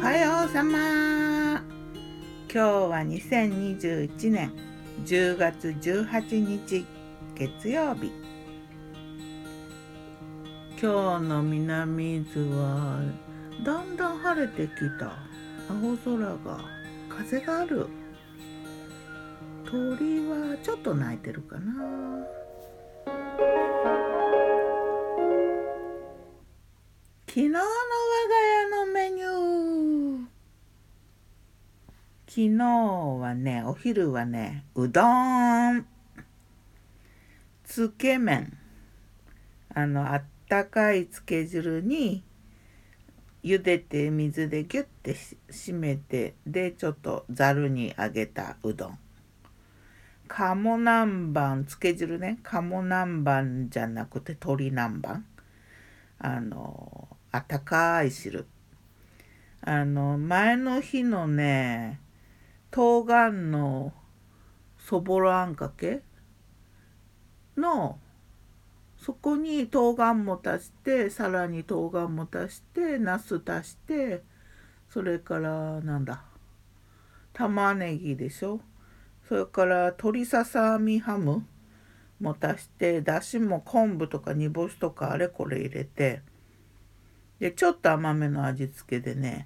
はようさま。今日は2021年10月18日月曜日。今日の南伊豆はだんだん晴れてきた。青空が、風がある。鳥はちょっと鳴いてるかな。昨日の我が家のメニュー。昨日はね、お昼はね、うどん、つけ麺、あったかいつけ汁に茹でて水でギュッて締めて、でちょっとざるにあげたうどん。鴨南蛮、つけ汁ね、鴨南蛮じゃなくて鶏南蛮。あったかい汁。前の日のね、冬瓜のそぼろあんかけの、そこに冬瓜も足して、さらに冬瓜も足して、ナス足して、それから玉ねぎでしょ。それから鶏ささみハムも足して、だしも昆布とか煮干しとかあれこれ入れて、でちょっと甘めの味付けでね、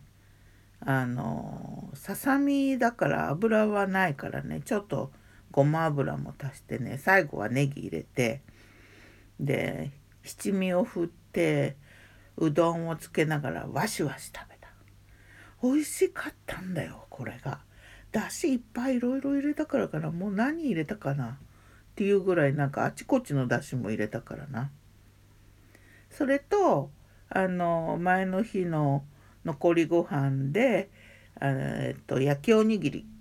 ささみだから油はないからね、ちょっとごま油も足してね、最後はネギ入れて、で七味を振ってうどんをつけながらわしわし食べた。美味しかったんだよ。これがだしいっぱいいろいろ入れたからかな。もう何入れたかなっていうぐらいあちこちのだしも入れたからな。それと前の日の残りご飯で焼きおにぎり、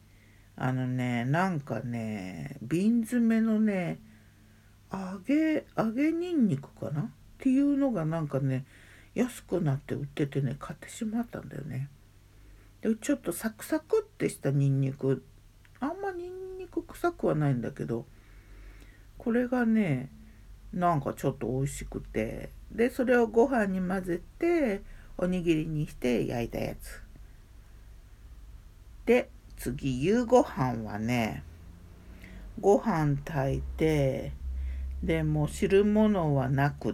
瓶詰めのね、揚げにんにくかなっていうのが安くなって売っててね、買ってしまったんだよね。でちょっとサクサクってしたにんにく、あんまにんにく臭くはないんだけど、これがねちょっと美味しくて、でそれをご飯に混ぜておにぎりにして焼いたやつで、次夕ご飯はね、ご飯炊いて、でもう汁物はなくって、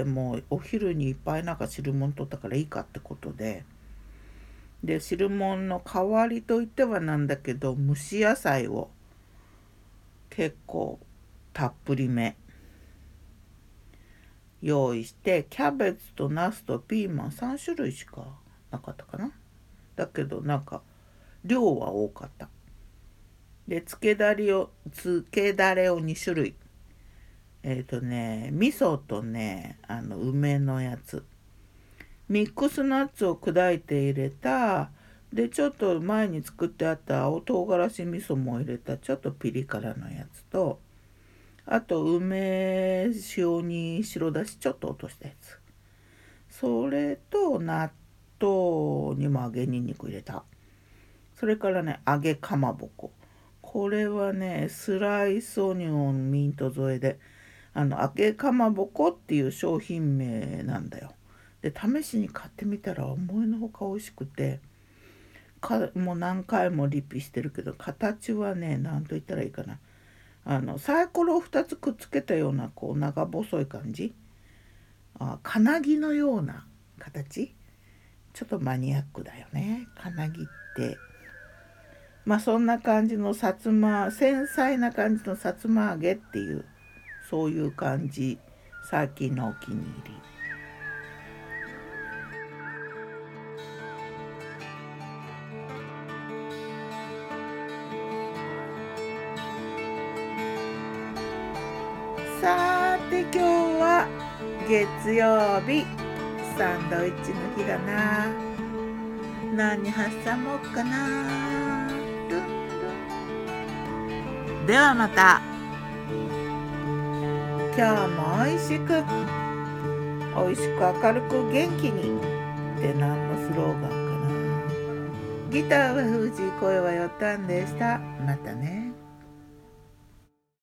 もうお昼にいっぱい汁物取ったからいいかってことで、汁物の代わりといってはなんだけど、蒸し野菜を結構たっぷりめ用意して、キャベツとナスとピーマン3種類しかなかったかな。だけど量は多かった。でつけだれを2種類、味噌とね、梅のやつ、ミックスナッツを砕いて入れた、でちょっと前に作ってあった青唐辛子味噌も入れたちょっとピリ辛のやつと、あと梅塩に白だしちょっと落としたやつ、それと納豆にも揚げにんにく入れた。それからね、揚げかまぼこ、これはねスライスオニオンミント添えで、揚げかまぼこっていう商品名なんだよ。で試しに買ってみたら思いのほか美味しくて、もう何回もリピしてるけど、形はね、何と言ったらいいかな、サイコロを2つくっつけたような長細い感じ、金木のような形、ちょっとマニアックだよね、金木って。そんな感じの繊細な感じのさつま揚げっていう、そういう感じ、最近のお気に入り。さて今日は月曜日、サンドイッチの日だな。何挟もうかな。ではまた。今日も美味しく明るく元気にって何のスローガンかな。ギターは藤井、声はよったんでした。またね。